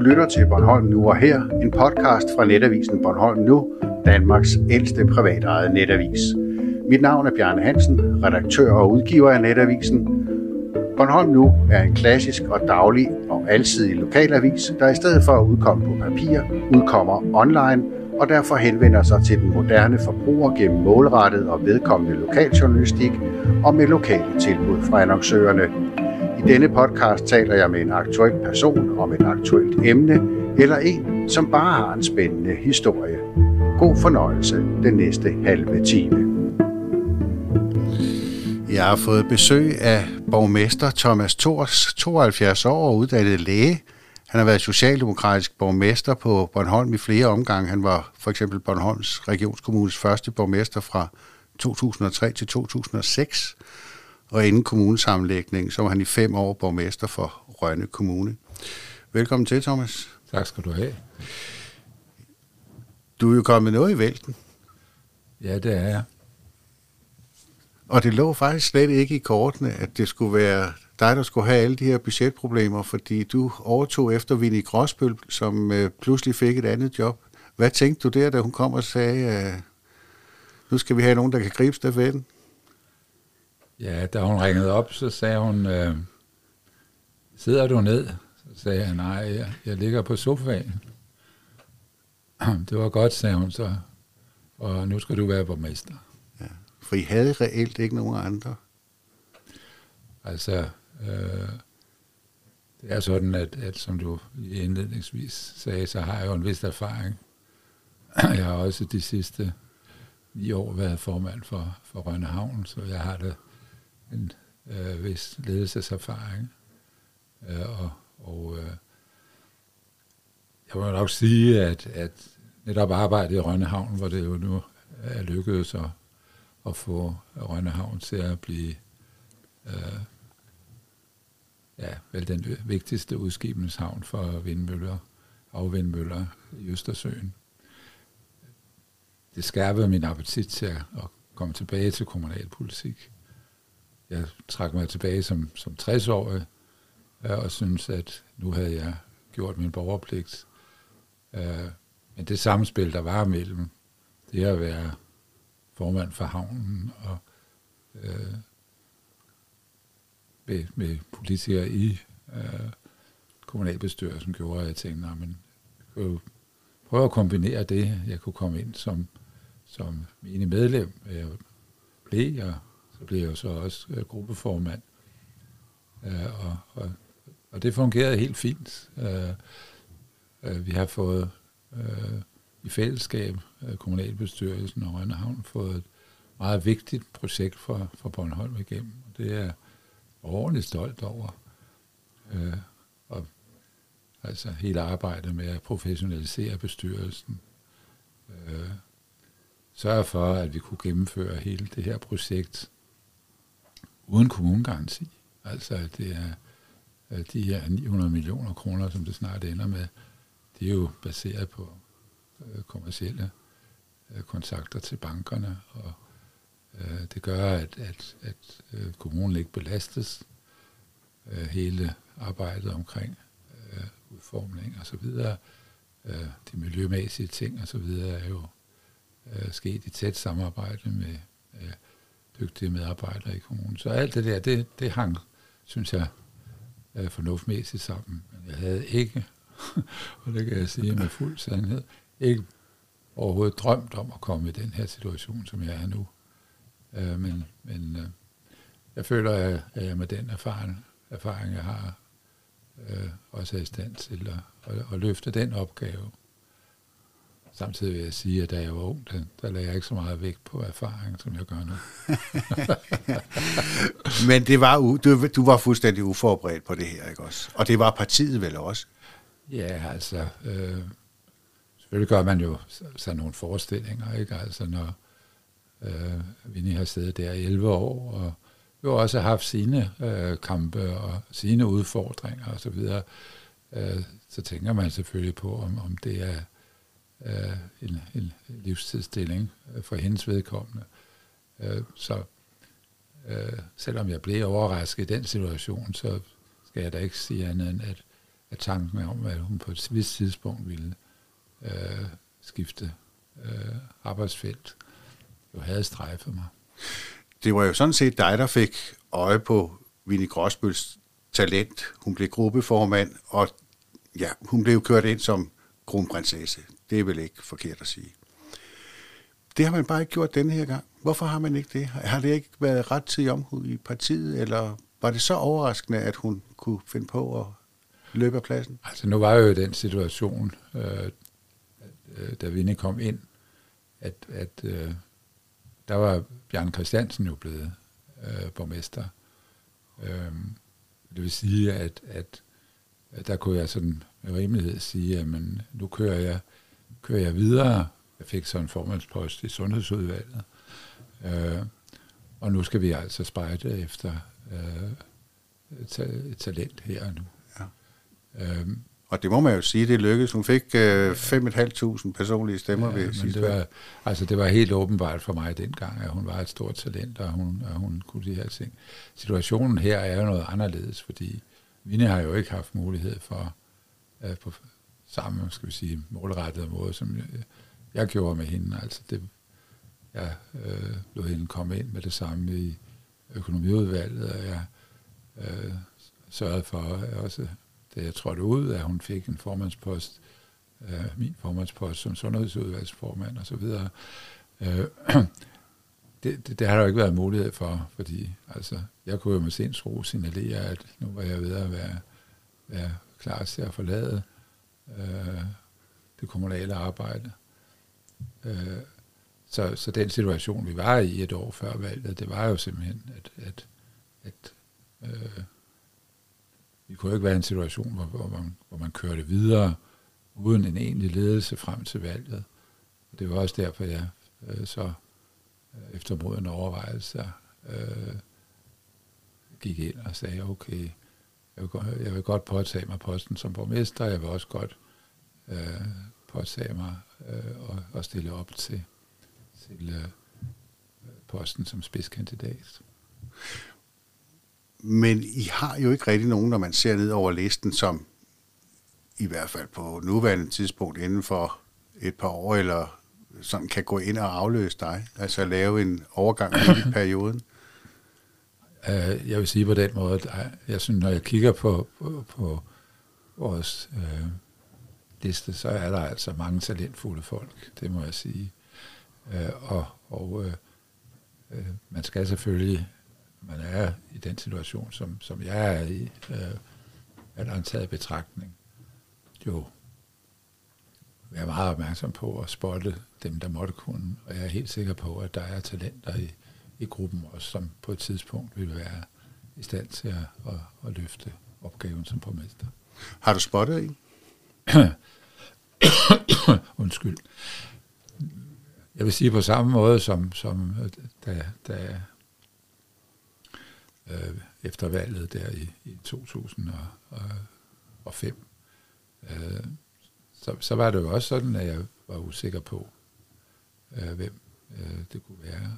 lytter til Bornholm Nu og Her, en podcast fra netavisen Bornholm Nu, Danmarks ældste privatejede netavis. Mit navn er Bjarne Hansen, redaktør og udgiver af netavisen. Bornholm Nu er en klassisk og daglig og alsidig lokalavis, der i stedet for at udkomme på papir, udkommer online og derfor henvender sig til den moderne forbruger gennem målrettet og vedkommende lokaljournalistik og med lokale tilbud fra annoncørerne. I denne podcast taler jeg med en aktuel person om et aktuelt emne, eller en, som bare har en spændende historie. God fornøjelse den næste halve time. Jeg har fået besøg af borgmester Thomas Thors, 72 år og uddannet læge. Han har været socialdemokratisk borgmester på Bornholm i flere omgange. Han var for eksempel Bornholms Regionskommunes første borgmester fra 2003 til 2006. Og inden kommunesammenlægningen, så var han i 5 år borgmester for Rønne Kommune. Velkommen til, Thomas. Tak skal du have. Du er jo kommet noget i vælten. Ja, det er jeg. Og det lå faktisk slet ikke i kortene, at det skulle være dig, der skulle have alle de her budgetproblemer, fordi du overtog efter Winnie Grosbøll, som pludselig fik et andet job. Hvad tænkte du der, da hun kom og sagde, nu skal vi have nogen, der kan gribe stafetten? Ja, da hun ringede op, så sagde hun, sidder du ned? Så sagde jeg, nej, jeg ligger på sofaen. Det var godt, sagde hun så, og nu skal du være borgmester. Ja, for I havde reelt ikke nogen andre? Altså, det er sådan, at som du indledningsvis sagde, så har jeg jo en vis erfaring. Jeg har også de sidste 9 år været formand for Rønne Havn, så jeg har da en vis ledelseserfaring. Jeg må nok sige, at netop arbejdet i Rønne Havn, hvor det jo nu er lykkedes at få Rønne Havn til at blive vel den vigtigste udskibningshavn for havvindmøller i Østersøen. Det skærpede min appetit til at komme tilbage til kommunalpolitik. Jeg trak mig tilbage som 60-årig og synes, at nu havde jeg gjort min borgerpligt. Men det samspil, der var mellem det at være formand for havnen og med politikere i kommunalbestyrelsen, gjorde, at jeg tænkte, men jeg kunne jo prøve at kombinere det. Jeg kunne komme ind som menig medlem. Jeg blev, og så blev jeg så også gruppeformand. Og det fungerede helt fint. Vi har fået i fællesskab, kommunalbestyrelsen og Rønne Havn, fået et meget vigtigt projekt for Bornholm igennem. Og det er ordentligt stolt over. Og altså hele arbejdet med at professionalisere bestyrelsen. Sørge for, at vi kunne gennemføre hele det her projekt uden kommunegaranti. Altså, at det er de her 900 millioner kroner, som det snart ender med, det er jo baseret på kommercielle kontakter til bankerne, og det gør, at kommunen ikke belastes. Hele arbejdet omkring udformning og så videre, de miljømæssige ting og så videre, er jo sket i tæt samarbejde med dygtige medarbejdere i kommunen. Så alt det der, det hang, synes jeg, fornuftmæssigt sammen. Men jeg havde ikke, og det kan jeg sige med fuld sandhed, ikke overhovedet drømt om at komme i den her situation, som jeg er nu. Men jeg føler, at jeg med den erfaring, jeg har, også er i stand til at løfte den opgave. Samtidig vil jeg sige, at da jeg var ung, der lagde jeg ikke så meget vægt på erfaring, som jeg gør nu. Men det var du var fuldstændig uforberedt på det her, ikke også? Og det var partiet vel også? Ja, altså, selvfølgelig gør man jo sådan nogle forestillinger, ikke? Altså, når Winnie har siddet der i 11 år, og jo også har haft sine kampe og sine udfordringer og så videre, så tænker man selvfølgelig på, om det er en livstidsstilling for hendes vedkommende. Så selvom jeg blev overrasket i den situation, så skal jeg da ikke sige andet end, tanken om, at hun på et vist tidspunkt ville skifte arbejdsfelt, jo havde strejfet mig. Det var jo sådan set dig, der fik øje på Winnie Grosbølls talent. Hun blev gruppeformand, og ja, hun blev kørt ind som kronprinsesse. Det er vel ikke forkert at sige. Det har man bare ikke gjort denne her gang. Hvorfor har man ikke det? Har det ikke været ret til omhu i partiet, eller var det så overraskende, at hun kunne finde på at løbe af pladsen? Altså nu var jo i den situation, da Winnie kom ind, at der var Bjarne Christiansen jo blevet borgmester. Det vil sige, at der kunne jeg sådan med rimelighed sige, at nu kører jeg videre. Jeg fik så en formandspost i Sundhedsudvalget. Og nu skal vi altså spejde efter et talent her nu. Ja. Og det må man jo sige, det lykkedes. Hun fik 5.500 personlige stemmer ved sidste valg. Det var helt åbenbart for mig dengang, at hun var et stort talent, og hun kunne de her ting. Situationen her er jo noget anderledes, fordi Winnie har jo ikke haft mulighed for på samme, skal vi sige, målrettede måde, som jeg gjorde med hende. Altså jeg lod hende komme ind med det samme i økonomiudvalget, og jeg sørgede for også, da jeg trådte ud, at hun fik en formandspost, min formandspost som sundhedsudvalgsformand og så videre. Det har der jo ikke været mulighed for, fordi altså, jeg kunne jo med sindsro signalere, at nu var jeg ved at være klar til at forlade det kommunale arbejde. Så den situation, vi var i et år før valget, det var jo simpelthen, at vi kunne ikke være i en situation, hvor man kørte videre uden en egentlig ledelse frem til valget. Og det var også derfor, jeg så efter moden overvejelse gik ind og sagde, okay, jeg vil godt påtage mig posten som borgmester, jeg vil også godt påtage mig og stille op til posten som spidskandidat. Men I har jo ikke rigtig nogen, når man ser ned over listen, som i hvert fald på nuværende tidspunkt inden for et par år, eller sådan kan gå ind og afløse dig, altså lave en overgang i perioden? Jeg vil sige på den måde, at jeg synes, når jeg kigger på vores liste, så er der altså mange talentfulde folk, det må jeg sige. Man skal selvfølgelig, man er i den situation, som jeg er i, at der en taget betragtning, jo være meget opmærksom på at spotte dem, der måtte kunne. Og jeg er helt sikker på, at der er talenter i gruppen også, som på et tidspunkt vil være i stand til at løfte opgaven som borgmester. Har du spottet en? Undskyld. Jeg vil sige på samme måde, som da efter valget der i 2005, så var det jo også sådan, at jeg var usikker på, hvem det kunne være.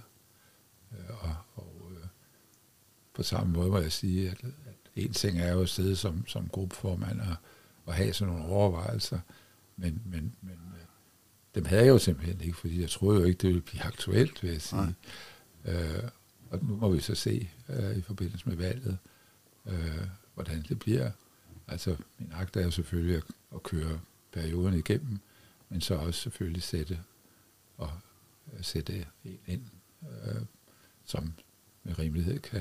På samme måde må jeg sige, at en ting er jo at sidde som gruppeformand og have sådan nogle overvejelser, men dem havde jeg jo simpelthen ikke, fordi jeg troede jo ikke, det ville blive aktuelt, vil jeg sige. Og nu må vi så se i forbindelse med valget, hvordan det bliver. Altså, min agt er jo selvfølgelig at køre perioden igennem, men så også selvfølgelig sætte en ind, som med rimelighed kan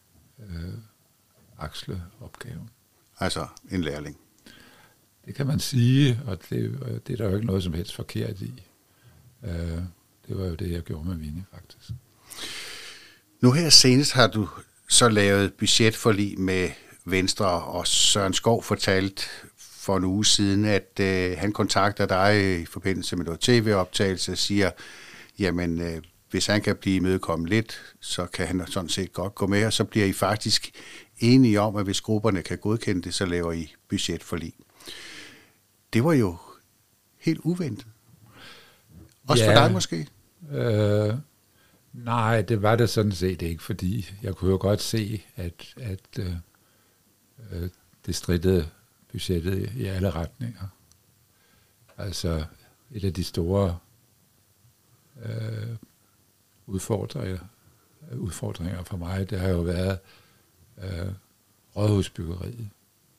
aksle opgaven. Altså en lærling. Det kan man sige, og det er der jo ikke noget som helst forkert i. Det var jo det, jeg gjorde med Winnie, faktisk. Nu her senest har du så lavet budgetforlig med Venstre, og Søren Skov fortalte for en uge siden, at han kontakter dig i forbindelse med noget tv-optagelse og siger, jamen hvis han kan blive imødekommet lidt, så kan han sådan set godt gå med, og så bliver I faktisk enige om, at hvis grupperne kan godkende det, så laver I budgetforlig. Det var jo helt uventet. Også for dig måske? Nej, det var det sådan set ikke, fordi jeg kunne jo godt se, at det strittede budgettet i alle retninger. Altså et af de store udfordringer for mig, det har jo været rådhusbyggeriet,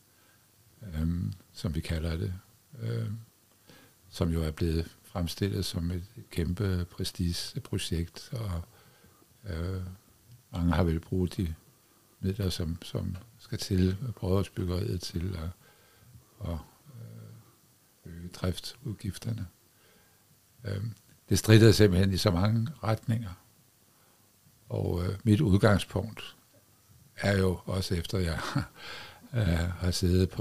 som vi kalder det, som jo er blevet fremstillet som et kæmpe prestigeprojekt, og mange har vel brugt de midler, som skal til rådhusbyggeriet til at øge driftsudgifterne. Det strider simpelthen i så mange retninger. Og mit udgangspunkt er jo også efter, jeg har siddet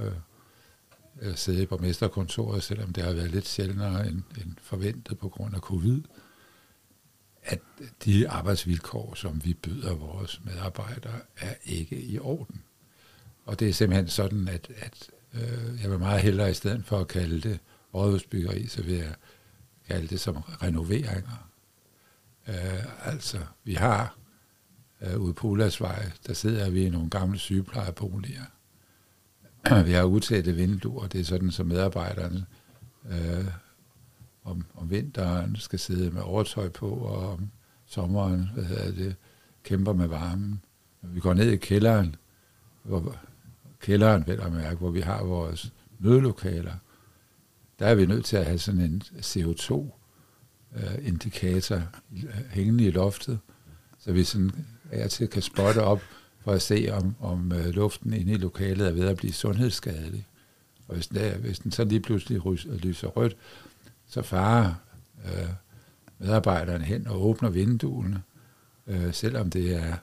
på borgmesterkontoret, selvom det har været lidt sjældnere end forventet på grund af covid, at de arbejdsvilkår, som vi byder vores medarbejdere, er ikke i orden. Og det er simpelthen sådan, at jeg vil meget hellere, i stedet for at kalde det rådhusbyggeri, så vil jeg kalde det som renoveringer. Altså, vi har ude på Ulladsvej, der sidder vi i nogle gamle sygeplejeboliger. Vi har utætte vinduer, det er sådan, så medarbejderne om vinteren skal sidde med overtøj på, og om sommeren, kæmper med varmen. Når vi går ned i kælderen, vel at mærke, hvor vi har vores mødelokaler, der er vi nødt til at have sådan en CO2-indikator hængende i loftet, så vi sådan af til kan spotte op for at se, om luften inde i lokalet er ved at blive sundhedsskadelig. Og hvis den så lige pludselig lyser rødt, så farer medarbejderne hen og åbner vinduerne, selvom det er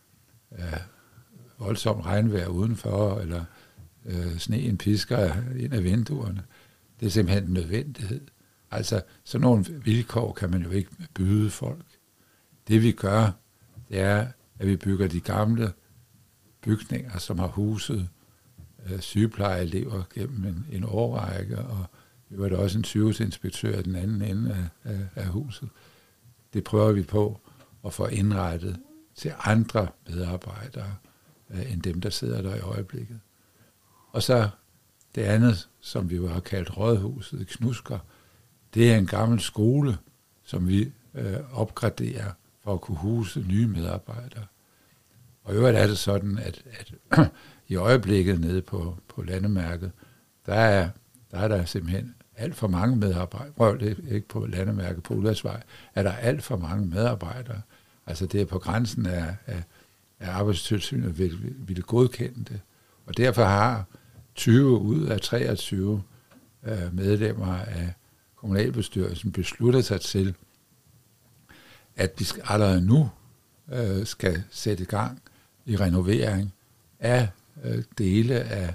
voldsomt regnvejr udenfor, eller sneen pisker ind af vinduerne. Det er simpelthen en nødvendighed. Altså, sådan nogle vilkår kan man jo ikke byde folk. Det vi gør, det er, at vi bygger de gamle bygninger, som har huset sygeplejeelever gennem en årrække, og vi var der også en sygehusinspektør i den anden ende af huset. Det prøver vi på at få indrettet til andre medarbejdere, end dem, der sidder der i øjeblikket. Og så det andet, som vi jo har kaldt Rådhuset Knusker, det er en gammel skole, som vi opgraderer for at kunne huse nye medarbejdere. Og i øvrigt er det sådan, at i øjeblikket nede på landemærket, der er der simpelthen alt for mange medarbejdere. Prøv det ikke på landemærket på Ulladsvej, er der alt for mange medarbejdere. Altså det er på grænsen af Arbejdstilsynet vil godkende det. Og derfor har 20 ud af 23 medlemmer af kommunalbestyrelsen besluttet sig til, at vi allerede nu skal sætte i gang i renovering af dele af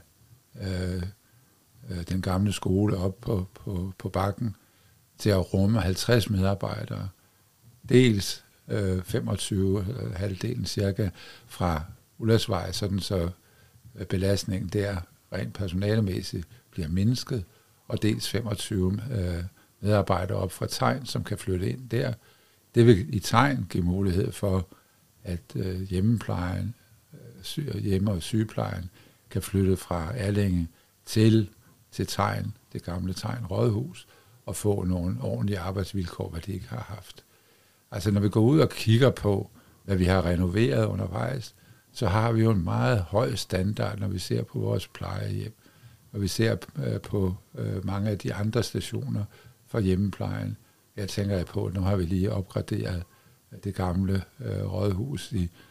den gamle skole op på bakken til at rumme 50 medarbejdere. Dels 25, halvdelen cirka, fra Ulladsvej, sådan så belastningen der rent personalemæssigt bliver mindsket, og dels 25 medarbejdere op fra Tegn, som kan flytte ind der. Det vil i Tegn give mulighed for, at hjemmeplejen, hjemme- og sygeplejen kan flytte fra Allinge til Tegn, det gamle Tegn Rådhus, og få nogle ordentlige arbejdsvilkår, hvad de ikke har haft. Altså når vi går ud og kigger på, hvad vi har renoveret undervejs, så har vi jo en meget høj standard, når vi ser på vores plejehjem, og vi ser på mange af de andre stationer for hjemmeplejen. Jeg tænker på, at nu har vi lige opgraderet det gamle rådhus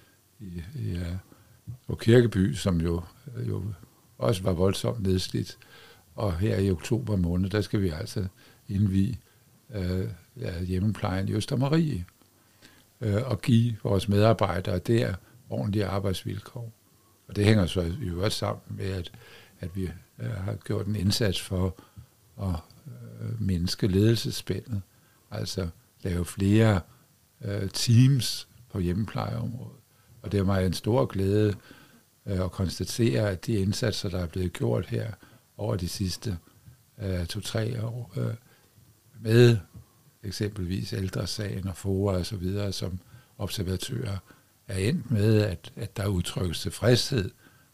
på Kirkeby, som jo også var voldsomt nedslidt. Og her i oktober måned, der skal vi altså indvie hjemmeplejen i Østermarie og give vores medarbejdere der ordentlige arbejdsvilkår. Og det hænger så i øvrigt sammen med, at vi har gjort en indsats for at mindske ledelsesspændet. Altså lave flere teams på hjemmeplejeområdet. Og det er mig en stor glæde at konstatere, at de indsatser, der er blevet gjort her over de sidste 2-3 år, med eksempelvis Ældresagen og FOA og så videre som observatører, er endt med, at der udtrykkes tilfredshed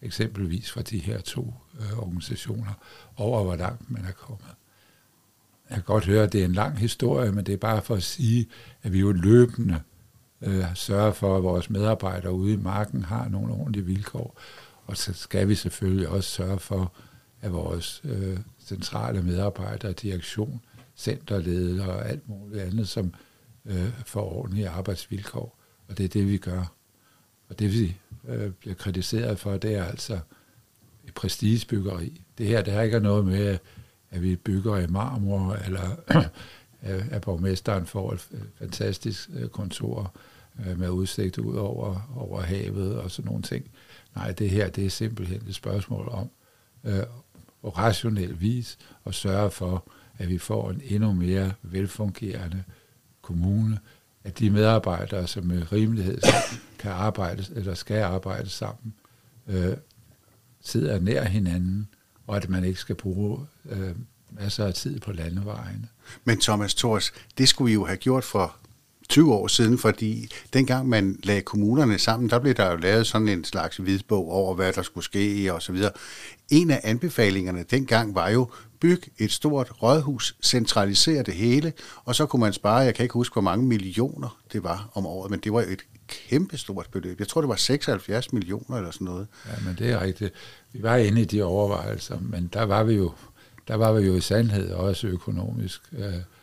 eksempelvis fra de her to organisationer, over hvor langt man er kommet. Jeg kan godt høre, at det er en lang historie, men det er bare for at sige, at vi jo løbende sørger for, at vores medarbejdere ude i marken har nogle ordentlige vilkår. Og så skal vi selvfølgelig også sørge for, at vores centrale medarbejdere, direktion, centerledere og alt muligt andet, som får ordentlige arbejdsvilkår. Og det er det, vi gør. Og det, vi bliver kritiseret for, det er altså et prestigebyggeri. Det her, det har ikke noget med, at vi bygger i marmor, eller at borgmesteren får et fantastisk kontor med udsigt ud over havet og sådan nogle ting. Nej, det her, det er simpelthen et spørgsmål om på rationel vis at sørge for, at vi får en endnu mere velfungerende kommune, at de medarbejdere, som med rimelighed kan arbejde eller skal arbejde sammen, sidder nær hinanden, og at man ikke skal bruge masser af tid på landevejene. Men Thomas Thors, det skulle I jo have gjort for 20 år siden, fordi dengang man lagde kommunerne sammen, der blev der jo lavet sådan en slags hvidbog over, hvad der skulle ske og så videre. En af anbefalingerne dengang var jo, byg et stort rådhus, centralisere det hele, og så kunne man spare, jeg kan ikke huske, hvor mange millioner det var om året, men det var jo et kæmpestort beløb. Jeg tror, det var 76 millioner eller sådan noget. Ja, men det er rigtigt. Vi var inde i de overvejelser, men der var vi jo i sandhed også økonomisk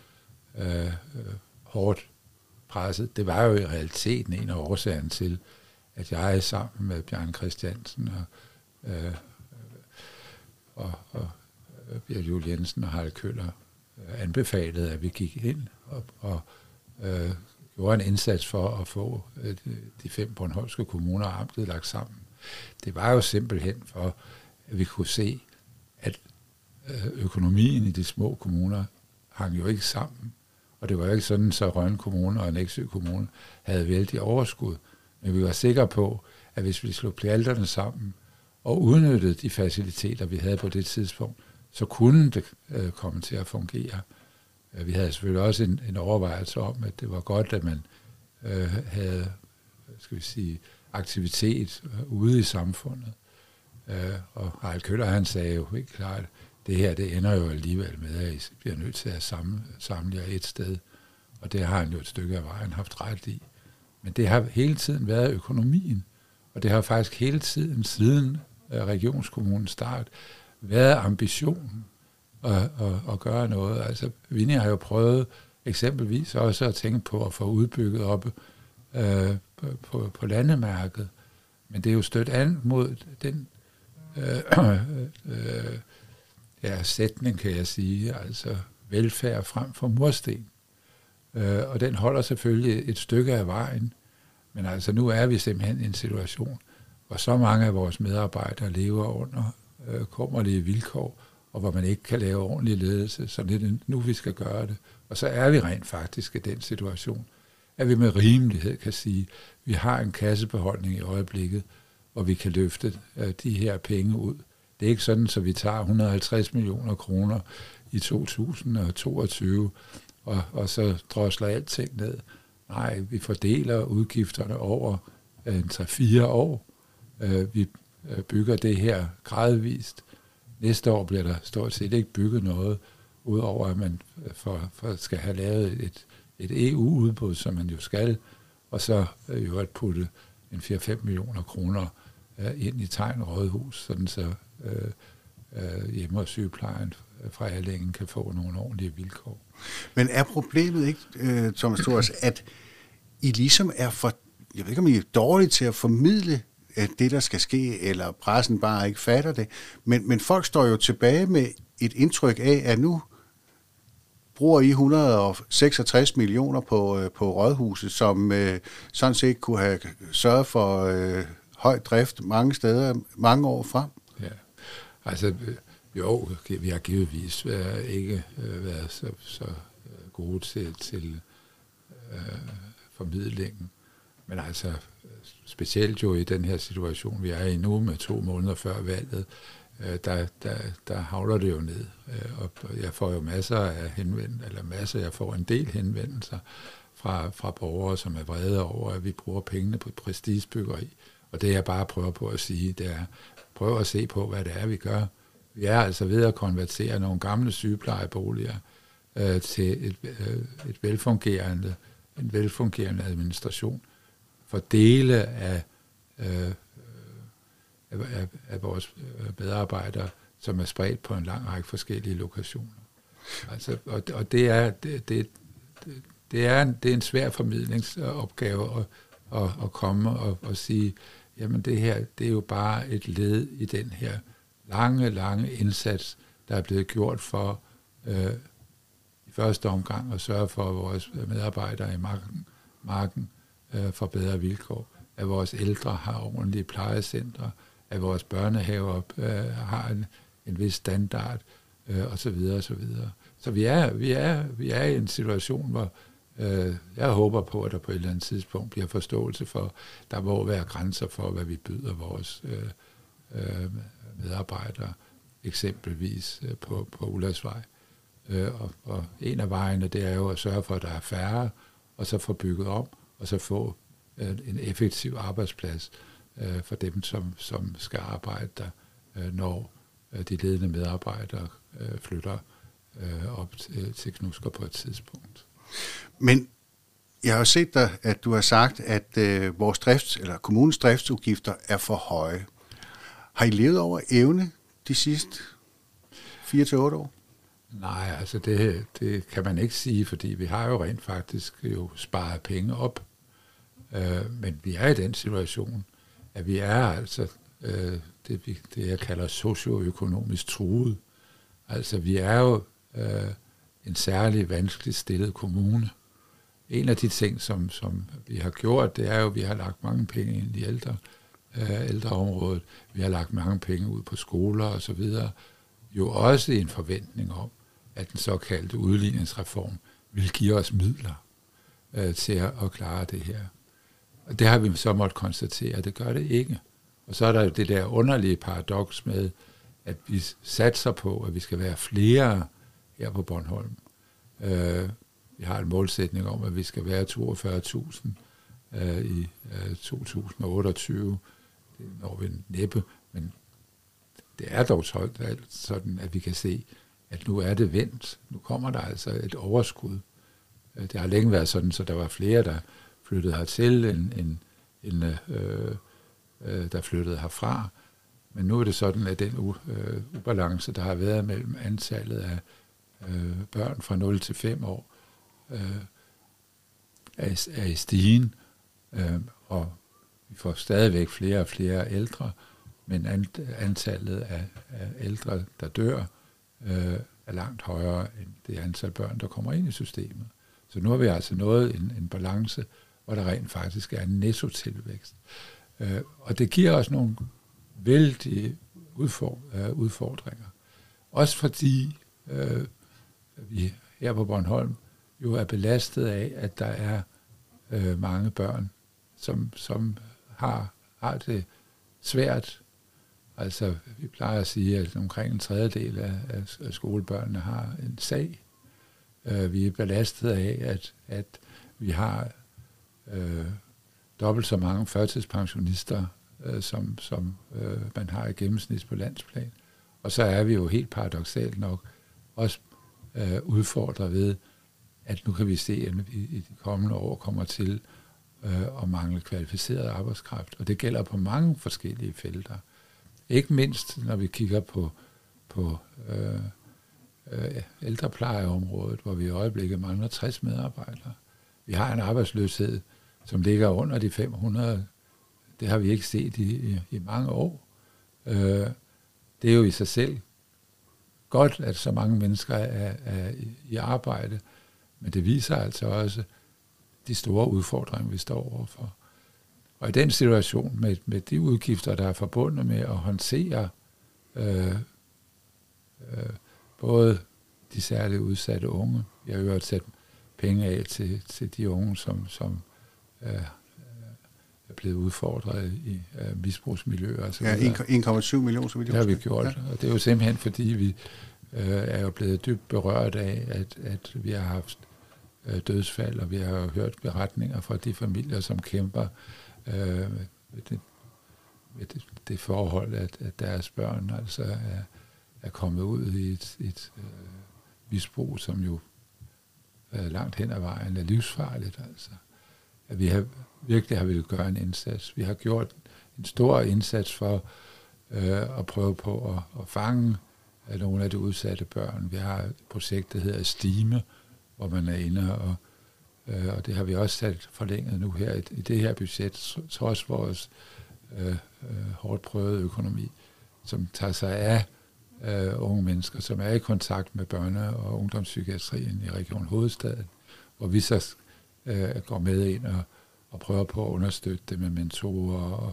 hårdt presset. Det var jo i realiteten en af årsagerne til, at jeg sammen med Bjarne Christiansen og Birgit Juul Jensen og Harald Køller anbefalede, at vi gik ind og gjorde en indsats for at få de 5 bornholmske kommuner og amtet lagt sammen. Det var jo simpelthen for, at vi kunne se, at økonomien i de små kommuner hang jo ikke sammen. Og det var jo ikke sådan, så Rønne Kommune og Nexø Kommune havde vældig overskud. Men vi var sikre på, at hvis vi slog pjalterne sammen og udnyttede de faciliteter, vi havde på det tidspunkt, så kunne det komme til at fungere. Vi havde selvfølgelig også en overvejelse om, at det var godt, at man havde, skal vi sige, aktivitet ude i samfundet. Og Harald Køller, han sagde jo helt klart, det her, det ender jo alligevel med, at I bliver nødt til at samle jer et sted. Og det har han jo et stykke af vejen haft ret i. Men det har hele tiden været økonomien. Og det har faktisk hele tiden siden regionskommunens start været ambitionen at gøre noget. Altså, Vinnie har jo prøvet eksempelvis også at tænke på at få udbygget op på landemærket. Men det er jo stødt an mod den sætning, kan jeg sige, altså velfærd frem for mursten. Og den holder selvfølgelig et stykke af vejen, men altså nu er vi simpelthen i en situation, hvor så mange af vores medarbejdere lever under kummerlige vilkår, og hvor man ikke kan lave ordentlig ledelse, så det er nu, vi skal gøre det. Og så er vi rent faktisk i den situation, at vi med rimelighed kan sige, at vi har en kassebeholdning i øjeblikket, hvor vi kan løfte de her penge ud. Det er ikke sådan, så vi tager 150 millioner kroner i 2022, og så drosler alting ned. Nej, vi fordeler udgifterne over 3-4 år. Vi bygger det her gradvist. Næste år bliver der stort set ikke bygget noget, udover at man skal have lavet et EU-udbud, som man jo skal, og så jo at putte en 4-5 millioner kroner ind i Tegn Rådhus, sådan så hjemme- og sygeplejen fra Erlingen kan få nogle ordentlige vilkår. Men er problemet ikke, Thomas Thors, at I ligesom er for, jeg ved ikke om I er dårlige til at formidle det, der skal ske, eller pressen bare ikke fatter det, men folk står jo tilbage med et indtryk af, at nu bruger I 166 millioner på rådhuset, som sådan set kunne have sørget for høj drift mange steder, mange år frem. Ja, altså jo, vi har givetvis ikke været så gode til formidlingen, men altså specielt jo i den her situation, vi er i nu med 2 måneder før valget, der havler det jo ned, og jeg får jo jeg får en del henvendelser fra borgere, som er vrede over, at vi bruger pengene på prestigebyggeri, og det jeg bare prøver på at sige, det er, prøve at se på, hvad det er, vi gør. Vi er altså ved at konvertere nogle gamle sygeplejeboliger til en velfungerende administration for dele af vores medarbejdere, som er spredt på en lang række forskellige lokationer. Altså, og det er en svær formidlingsopgave at komme og sige, jamen det her, det er jo bare et led i den her lange indsats, der er blevet gjort for i første omgang at sørge for, at vores medarbejdere i marken får bedre vilkår, at vores ældre har ordentlige plejecentre, at vores børnehaver har en vis standard, og så videre, og så videre. Så vi er i en situation, hvor jeg håber på, at der på et eller andet tidspunkt bliver forståelse for, der må være grænser for, hvad vi byder vores medarbejdere, eksempelvis på Ullersvej. Og en af vejene, det er jo at sørge for, at der er færre, og så få bygget om, og så få en effektiv arbejdsplads for dem, som skal arbejde der, når de ledende medarbejdere flytter op til Knudsker på et tidspunkt. Men jeg har jo set dig, at du har sagt, at vores kommunens driftsudgifter er for høje. Har I levet over evne de sidste 4-8 år? Nej, altså det kan man ikke sige, fordi vi har jo rent faktisk sparet penge op. Men vi er i den situation, at vi er altså det jeg kalder socioøkonomisk truet. Altså vi er jo en særlig vanskeligt stillet kommune. En af de ting, som vi har gjort, det er jo, at vi har lagt mange penge ind i ældreområdet. Vi har lagt mange penge ud på skoler og så videre. Jo også i en forventning om, at den såkaldte udligningsreform vil give os midler til at klare det her. Og det har vi så måttet konstatere, at det gør det ikke. Og så er der jo det der underlige paradoks med, at vi satser på, at vi skal være flere her på Bornholm. Vi har en målsætning om, at vi skal være 42.000 i 2028. Det når vi næppe, men det er dog sådan, at vi kan se, at nu er det vendt. Nu kommer der altså et overskud. Det har længe været sådan, så der var flere, der flyttede hertil, end der flyttede herfra. Men nu er det sådan, at den ubalance, der har været mellem antallet af børn fra 0 til 5 år, er i stigen, og vi får stadigvæk flere og flere ældre, men antallet af ældre, der dør, er langt højere end det antal børn, der kommer ind i systemet. Så nu har vi altså nået en balance, hvor der rent faktisk er en nettotilvækst. Og det giver os nogle vældige udfordringer. Også fordi vi her på Bornholm jo er belastet af, at der er mange børn, som har det svært. Altså, vi plejer at sige, at omkring en tredjedel af skolebørnene har en sag. Vi er belastet af, at vi har dobbelt så mange førtidspensionister, som man har i gennemsnit på landsplan. Og så er vi jo helt paradoksalt nok også udfordret ved, at nu kan vi se, at vi i de kommende år kommer til at mangle kvalificeret arbejdskraft. Og det gælder på mange forskellige felter. Ikke mindst, når vi kigger på ældreplejeområdet, hvor vi i øjeblikket mangler 60 medarbejdere. Vi har en arbejdsløshed, som ligger under de 500. Det har vi ikke set i mange år. Det er jo i sig selv godt, at så mange mennesker er i arbejde, men det viser altså også de store udfordringer, vi står overfor. Og i den situation, med de udgifter, der er forbundet med at håndtere både de særligt udsatte unge, vi har jo også sat penge af til de unge, som er blevet udfordret i misbrugsmiljøer. Altså ja, 1,7 millioner, så vidt det har vi gjort, ja. Og det er jo simpelthen, fordi vi er jo blevet dybt berørt af, at vi har haft dødsfald, og vi har hørt beretninger fra de familier, som kæmper det forhold, at deres børn altså er kommet ud i et misbrug, som jo langt hen ad vejen er livsfarligt. Altså. At vi virkelig har ville gøre en indsats. Vi har gjort en stor indsats for at prøve på at fange nogle af de udsatte børn. Vi har et projekt, der hedder Stime, hvor man er inde, og det har vi også sat forlænget nu her i det her budget, trods vores hårdt prøvede økonomi, som tager sig af unge mennesker, som er i kontakt med børne- og ungdomspsykiatrien i Region Hovedstaden, hvor vi så går med ind og prøver på at understøtte det med mentorer og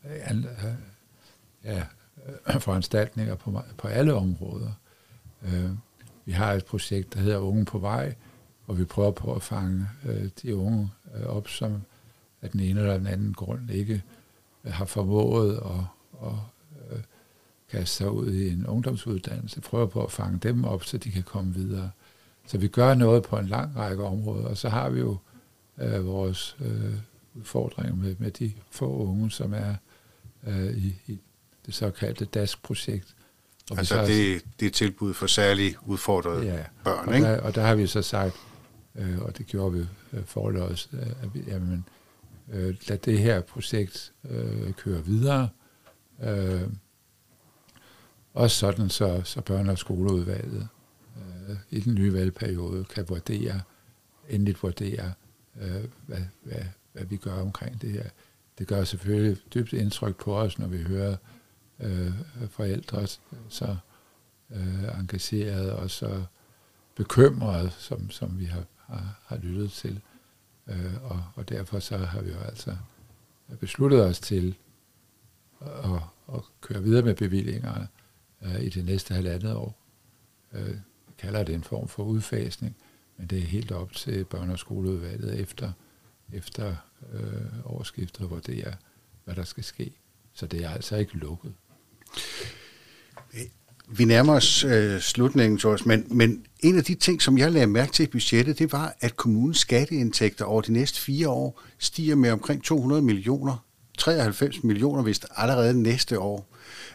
foranstaltninger på alle områder. Vi har et projekt, der hedder Unge på vej, hvor vi prøver på at fange de unge op, som af den ene eller den anden grund ikke har formået at kaste sig ud i en ungdomsuddannelse, prøver på at fange dem op, så de kan komme videre. Så vi gør noget på en lang række områder, og så har vi jo vores udfordringer med de få unge, som er i det såkaldte DASK-projekt. Altså det er tilbud for særligt udfordrede børn, ikke? Og der har vi så sagt, og det gjorde vi forholdet også, at vi, lad det her projekt køre videre. Også sådan, så børne- og skoleudvalget i den nye valgperiode kan endeligt vurdere, hvad vi gør omkring det her. Det gør selvfølgelig dybt indtryk på os, når vi hører forældre så engagerede og så bekymrede, som vi har lyttet til. Og derfor så har vi jo altså besluttet os til at køre videre med bevillingerne i det næste 1,5 år. Jeg kalder det en form for udfasning, men det er helt op til børne- og skoleudvalget efter årsskiftet at vurdere, hvad der skal ske. Så det er altså ikke lukket. Vi nærmer os slutningen, George, men en af de ting, som jeg lagde mærke til i budgettet, det var, at kommunens skatteindtægter over de næste 4 år stiger med omkring 200 millioner, 93 millioner vist allerede næste år.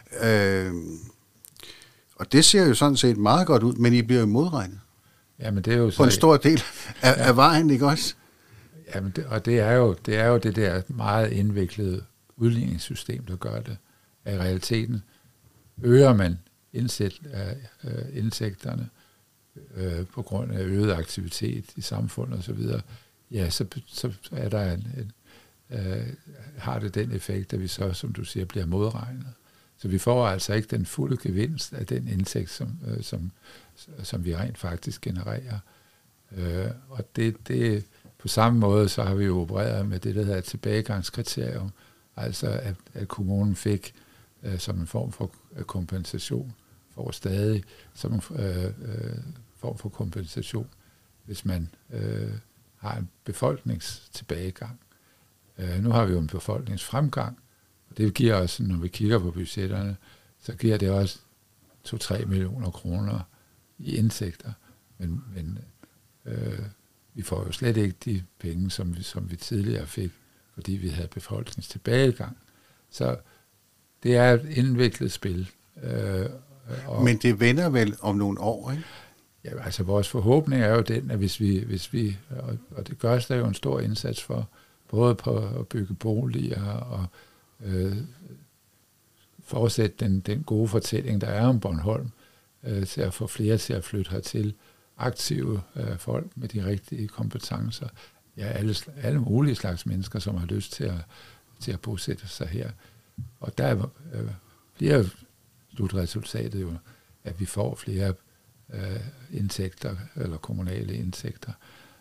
Og det ser jo sådan set meget godt ud, men I bliver jo modregnet. Jamen, det er jo så på en stor del af vejen, ikke også? Jamen, det er jo det der meget indviklede udligningssystem, der gør det. I realiteten øger man indtægterne på grund af øget aktivitet i samfundet osv., ja, så er der har det den effekt, at vi så, som du siger, bliver modregnet. Så vi får altså ikke den fulde gevinst af den indtægt, som vi rent faktisk genererer. Og det på samme måde, så har vi jo opereret med det, der hedder tilbagegangskriterium, altså at kommunen fik som en form for kompensation, for stadig som en form for kompensation, hvis man har en befolkningstilbagegang. Nu har vi jo en befolkningsfremgang, og det giver os, når vi kigger på budgetterne, så giver det også 2-3 millioner kroner i indtægter, men vi får jo slet ikke de penge, som vi tidligere fik, fordi vi havde befolkningstilbagegang. Så det er et indviklet spil. Men det vender vel om nogle år, ikke? Ja, altså vores forhåbning er jo den, at hvis vi og det gørs der jo en stor indsats for, både på at bygge boliger og fortsætte den gode fortælling, der er om Bornholm, til at få flere til at flytte hertil, aktive folk med de rigtige kompetencer, ja, alle mulige slags mennesker, som har lyst til at bosætte sig her. Og der bliver slutresultatet jo, at vi får flere indtægter, eller kommunale indtægter.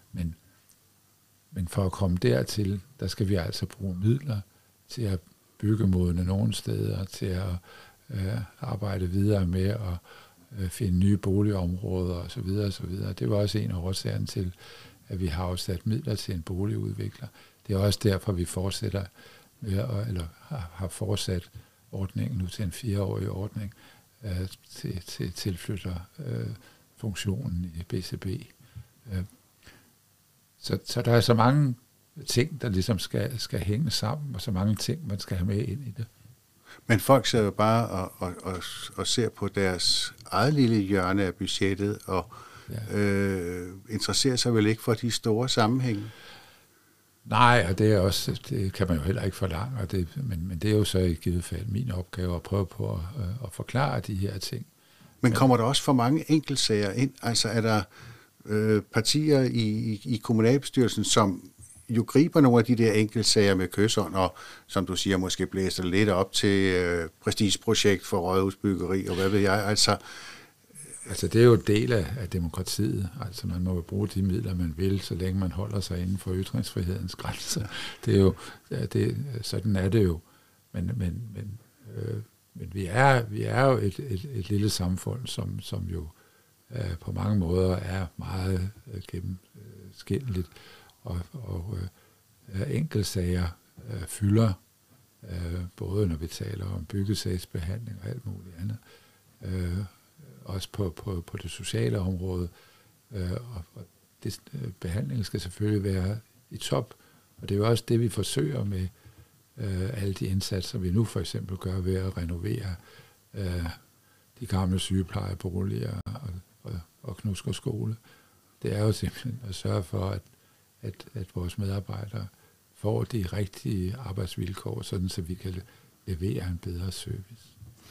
Men for at komme dertil, der skal vi altså bruge midler til at bygge modne nogle steder, til at arbejde videre med at finde nye boligområder osv. osv. Det var også en af årsagerne til, at vi har afsat midler til en boligudvikler. Det er også derfor, vi fortsætter med, eller har fortsat ordningen nu til en 4-årig ordning til tilflytterfunktionen i BCB. Så der er så mange ting, der ligesom skal hænge sammen, og så mange ting, man skal have med ind i det. Men folk sidder jo bare og ser på deres eget lille hjørne af budgettet, og interesserer sig vel ikke for de store sammenhænge? Nej, og det er også, det kan man jo heller ikke forlange, men det er jo så i givet fald min opgave at prøve på at forklare de her ting. Men kommer der også for mange enkeltsager ind? Altså er der partier i kommunalbestyrelsen, som jo griber nogle af de der enkeltsager med kyshånd, og som du siger, måske blæser lidt op til prestigeprojekt for rådhusbyggeri, og hvad ved jeg, altså det er jo en del af demokratiet. Altså man må jo bruge de midler, man vil, så længe man holder sig inden for ytringsfrihedens grænser. Det er jo, sådan er det jo. Men vi er jo et lille samfund, som jo på mange måder er meget gennemskindeligt, og enkeltsager fylder, både når vi taler om byggesagsbehandling og alt muligt andet, også på det sociale område, og behandlingen skal selvfølgelig være i top, og det er jo også det, vi forsøger med alle de indsatser, vi nu for eksempel gør ved at renovere de gamle sygeplejeboliger og Knudsker skole. Det er jo simpelthen at sørge for, at vores medarbejdere får de rigtige arbejdsvilkår, sådan så vi kan levere en bedre service.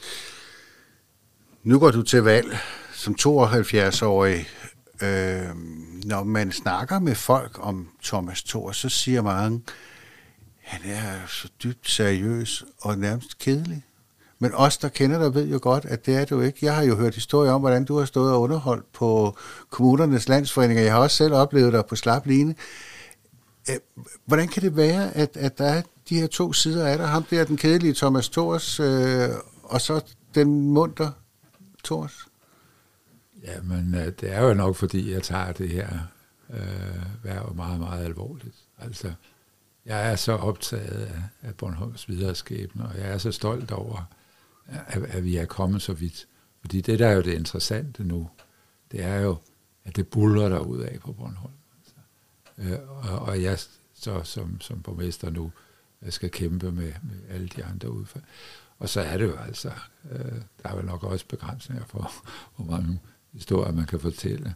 Nu går du til valg som 72-årig. Når man snakker med folk om Thomas Thors, så siger mange, han er så dybt seriøs og nærmest kedelig. Men os, der kender dig, ved jo godt, at det er du ikke. Jeg har jo hørt historier om, hvordan du har stået og underholdt på kommunernes landsforeninger. Jeg har også selv oplevet dig på slap line. Hvordan kan det være, at der er de her to sider af dig? Ham der, den kedelige Thomas Thors, og så den munter Thors? Ja, men det er jo nok, fordi jeg tager det her værv meget, meget alvorligt. Altså, jeg er så optaget af Bornholms videre skæbne, og jeg er så stolt over, at vi er kommet så vidt. Fordi det, der er jo det interessante nu, det er jo, at det buldrer derudad på Bornholm. Og jeg så som borgmester nu skal kæmpe med alle de andre udfald. Og så er det jo altså, der er jo nok også begrænsninger for, hvor mange historier man kan fortælle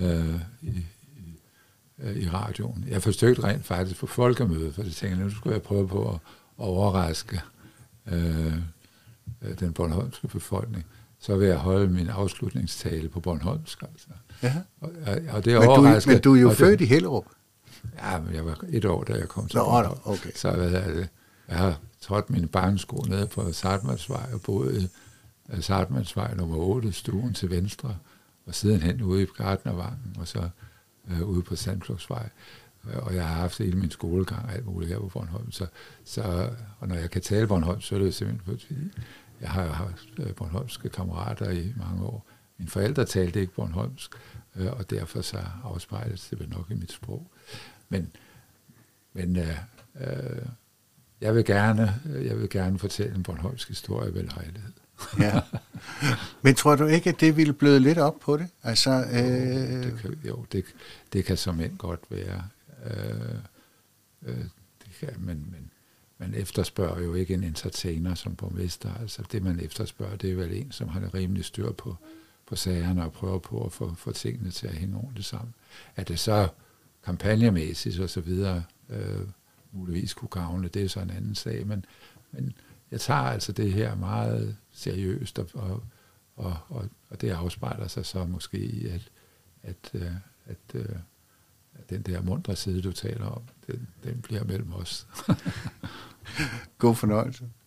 i radioen. Jeg forsøgte rent faktisk på folkemøde, for jeg tænkte, nu skulle jeg prøve på at overraske den bornholmske befolkning. Så vil jeg holde min afslutningstale på bornholmsk. Altså. Ja. Og det overrasker. Men du er jo født i Hellerup. Ja, men jeg var 1 år, da jeg kom til Bornholm. Okay. Så jeg har trådt mine barnesko ned på Sartmannsvej og boet i Sartmannsvej nummer 8, stuen til venstre, og sidenhen ude i Gartnervangen, og så ude på Sandflugtsvej. Og jeg har haft hele min skolegang, alt muligt her på Bornholm. Og når jeg kan tale Bornholm, så er det simpelthen fordi jeg har haft bornholmske kammerater i mange år. Mine forældre talte ikke bornholmsk, og derfor så afspejles det vel nok i mit sprog. Men jeg vil gerne fortælle en bornholmsk historie ved lejlighed. Ja. Men tror du ikke, at det ville bløde lidt op på det? Altså, det kan såmænd godt være. Men man efterspørger jo ikke en entertainer som borgmester. Altså det, man efterspørger, det er vel en, som har rimelig styr på sagerne og prøver på at få tingene til at hænge ordentligt sammen. At det så kampagnemæssigt og så videre muligvis kunne gavne, det er så en anden sag. Men jeg tager altså det her meget seriøst, og det afspejler sig så måske i, at den der muntre side, du taler om, den bliver mellem os. God fornøjelse.